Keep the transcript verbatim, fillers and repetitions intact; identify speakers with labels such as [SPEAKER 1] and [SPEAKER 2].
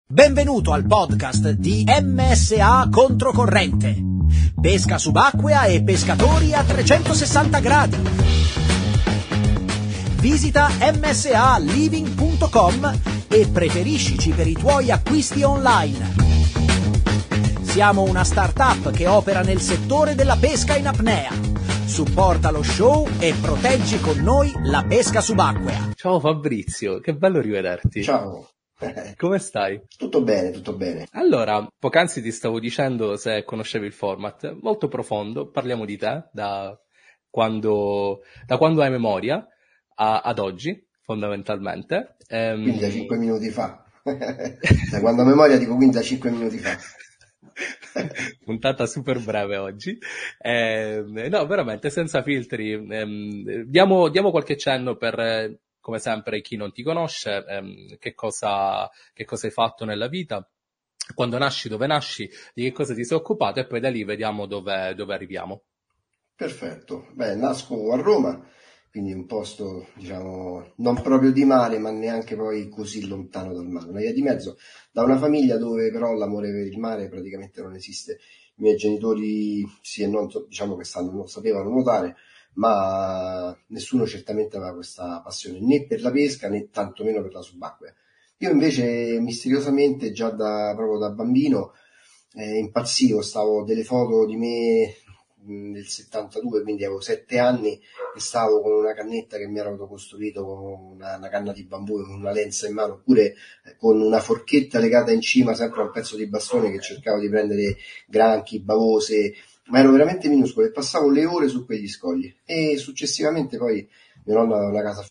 [SPEAKER 1] Benvenuto al podcast di M S A Controcorrente. Pesca subacquea e pescatori a trecentosessanta gradi. Visita m s a living punto com e preferiscici per i tuoi acquisti online. Siamo una startup che opera nel settore della pesca in apnea. Supporta lo show e proteggi con noi la pesca subacquea.
[SPEAKER 2] Ciao Fabrizio, che bello rivederti.
[SPEAKER 3] Ciao.
[SPEAKER 2] Come stai?
[SPEAKER 3] Tutto bene, tutto bene.
[SPEAKER 2] Allora, poc'anzi ti stavo dicendo se conoscevi il format, molto profondo, parliamo di te da quando, da quando hai memoria a, ad oggi, fondamentalmente.
[SPEAKER 3] Ehm... Quindi da cinque minuti fa. Da quando ho memoria dico quindi da cinque minuti fa.
[SPEAKER 2] Puntata super breve oggi. Eh, no, veramente, senza filtri. Eh, diamo, diamo qualche cenno per... Eh, come sempre chi non ti conosce, ehm, che cosa, che cosa hai fatto nella vita, quando nasci, dove nasci, di che cosa ti sei occupato e poi da lì vediamo dove, dove arriviamo.
[SPEAKER 3] Perfetto. Beh, nasco a Roma, quindi un posto, diciamo, non proprio di mare, ma neanche poi così lontano dal mare. Una via di mezzo, da una famiglia dove però l'amore per il mare praticamente non esiste. I miei genitori, sì e non, diciamo che stanno, non sapevano nuotare, ma nessuno certamente aveva questa passione né per la pesca né tantomeno per la subacquea. Io invece misteriosamente già da, proprio da bambino eh, impazzivo, stavo delle foto di me mh, nel settantadue, quindi avevo sette anni e stavo con una cannetta che mi ero autocostruito con una, una canna di bambù e con una lenza in mano, oppure eh, con una forchetta legata in cima sempre a un pezzo di bastone che cercavo di prendere granchi, bavose, ma ero veramente minuscolo e passavo le ore su quegli scogli. E successivamente poi mio nonno aveva una casa